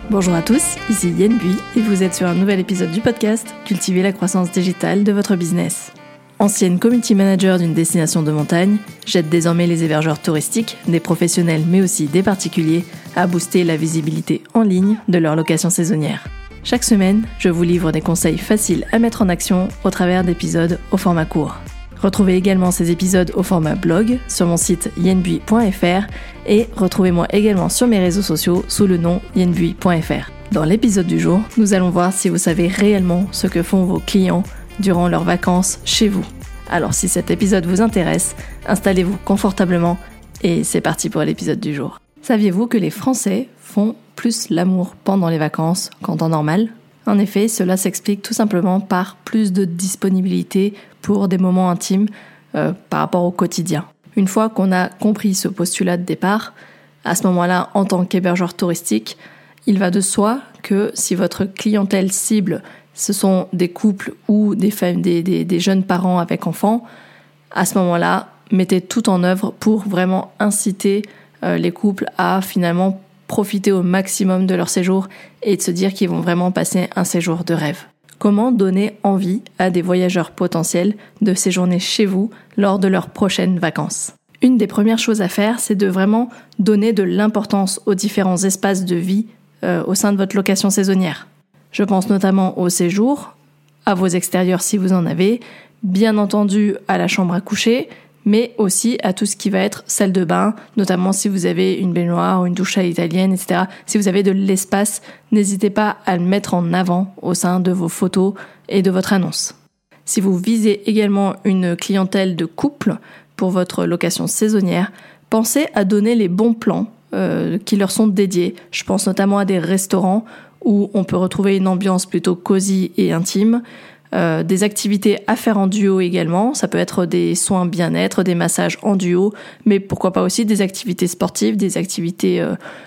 Bonjour à tous, ici Yen Bui et vous êtes sur un nouvel épisode du podcast Cultiver la croissance digitale de votre business. Ancienne community manager d'une destination de montagne, j'aide désormais les hébergeurs touristiques, des professionnels mais aussi des particuliers à booster la visibilité en ligne de leur location saisonnière. Chaque semaine, je vous livre des conseils faciles à mettre en action au travers d'épisodes au format court. Retrouvez également ces épisodes au format blog sur mon site yenbui.fr et retrouvez-moi également sur mes réseaux sociaux sous le nom yenbui.fr. Dans l'épisode du jour, nous allons voir si vous savez réellement ce que font vos clients durant leurs vacances chez vous. Alors si cet épisode vous intéresse, installez-vous confortablement et c'est parti pour l'épisode du jour. Saviez-vous que les Français font plus l'amour pendant les vacances qu'en temps normal ? En effet, cela s'explique tout simplement par plus de disponibilité pour des moments intimes par rapport au quotidien. Une fois qu'on a compris ce postulat de départ, à ce moment-là, en tant qu'hébergeur touristique, il va de soi que si votre clientèle cible, ce sont des couples ou des jeunes parents avec enfants, à ce moment-là, mettez tout en œuvre pour vraiment inciter les couples à finalement profiter au maximum de leur séjour et de se dire qu'ils vont vraiment passer un séjour de rêve. Comment donner envie à des voyageurs potentiels de séjourner chez vous lors de leurs prochaines vacances ? Une des premières choses à faire, c'est de vraiment donner de l'importance aux différents espaces de vie au sein de votre location saisonnière. Je pense notamment au séjour, à vos extérieurs si vous en avez, bien entendu à la chambre à coucher, mais aussi à tout ce qui va être salle de bain, notamment si vous avez une baignoire ou une douche à l'italienne, etc. Si vous avez de l'espace, n'hésitez pas à le mettre en avant au sein de vos photos et de votre annonce. Si vous visez également une clientèle de couple pour votre location saisonnière, pensez à donner les bons plans qui leur sont dédiés. Je pense notamment à des restaurants où on peut retrouver une ambiance plutôt cosy et intime, des activités à faire en duo également, ça peut être des soins bien-être, des massages en duo, mais pourquoi pas aussi des activités sportives, des activités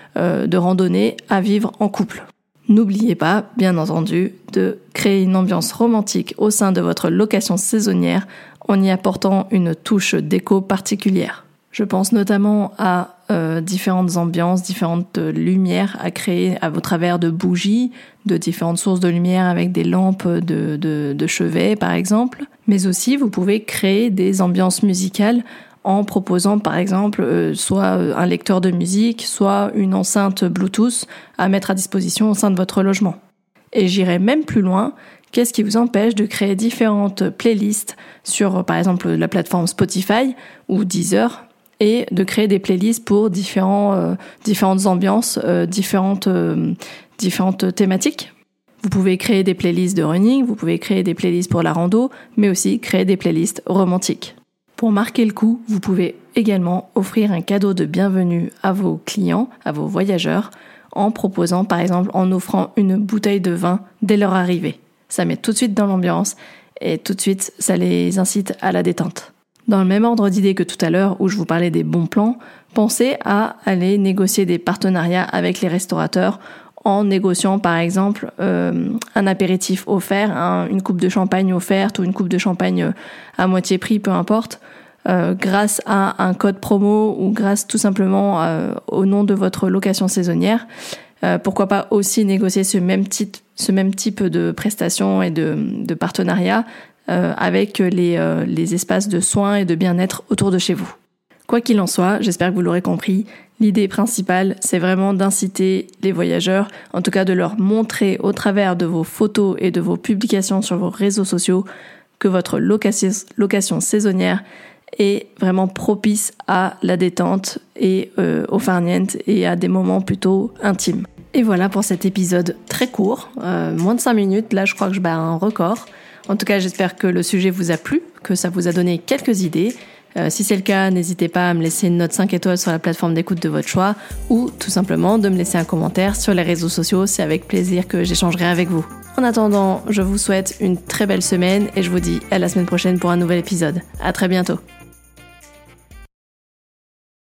de randonnée à vivre en couple. N'oubliez pas, bien entendu, de créer une ambiance romantique au sein de votre location saisonnière en y apportant une touche déco particulière. Je pense notamment à différentes ambiances, différentes lumières à créer au travers de bougies, de différentes sources de lumière avec des lampes de chevet par exemple. Mais aussi vous pouvez créer des ambiances musicales en proposant par exemple soit un lecteur de musique, soit une enceinte Bluetooth à mettre à disposition au sein de votre logement. Et j'irai même plus loin, qu'est-ce qui vous empêche de créer différentes playlists sur par exemple la plateforme Spotify ou Deezer et de créer des playlists pour différentes ambiances, différentes thématiques. Vous pouvez créer des playlists de running, vous pouvez créer des playlists pour la rando, mais aussi créer des playlists romantiques. Pour marquer le coup, vous pouvez également offrir un cadeau de bienvenue à vos clients, à vos voyageurs, en proposant par exemple, en offrant une bouteille de vin dès leur arrivée. Ça met tout de suite dans l'ambiance et tout de suite, ça les incite à la détente. Dans le même ordre d'idée que tout à l'heure où je vous parlais des bons plans, pensez à aller négocier des partenariats avec les restaurateurs en négociant par exemple un apéritif offert, une coupe de champagne offerte ou une coupe de champagne à moitié prix, peu importe, grâce à un code promo ou grâce tout simplement au nom de votre location saisonnière. Pourquoi pas aussi négocier ce même type de prestations et de partenariats avec les espaces de soins et de bien-être autour de chez vous. Quoi qu'il en soit, j'espère que vous l'aurez compris, l'idée principale, c'est vraiment d'inciter les voyageurs, en tout cas de leur montrer au travers de vos photos et de vos publications sur vos réseaux sociaux que votre location saisonnière est vraiment propice à la détente et au farniente et à des moments plutôt intimes. Et voilà pour cet épisode très court, moins de 5 minutes, là je crois que je bats un record. En tout cas, j'espère que le sujet vous a plu, que ça vous a donné quelques idées. Si c'est le cas, n'hésitez pas à me laisser une note 5 étoiles sur la plateforme d'écoute de votre choix ou tout simplement de me laisser un commentaire sur les réseaux sociaux. C'est avec plaisir que j'échangerai avec vous. En attendant, je vous souhaite une très belle semaine et je vous dis à la semaine prochaine pour un nouvel épisode. À très bientôt.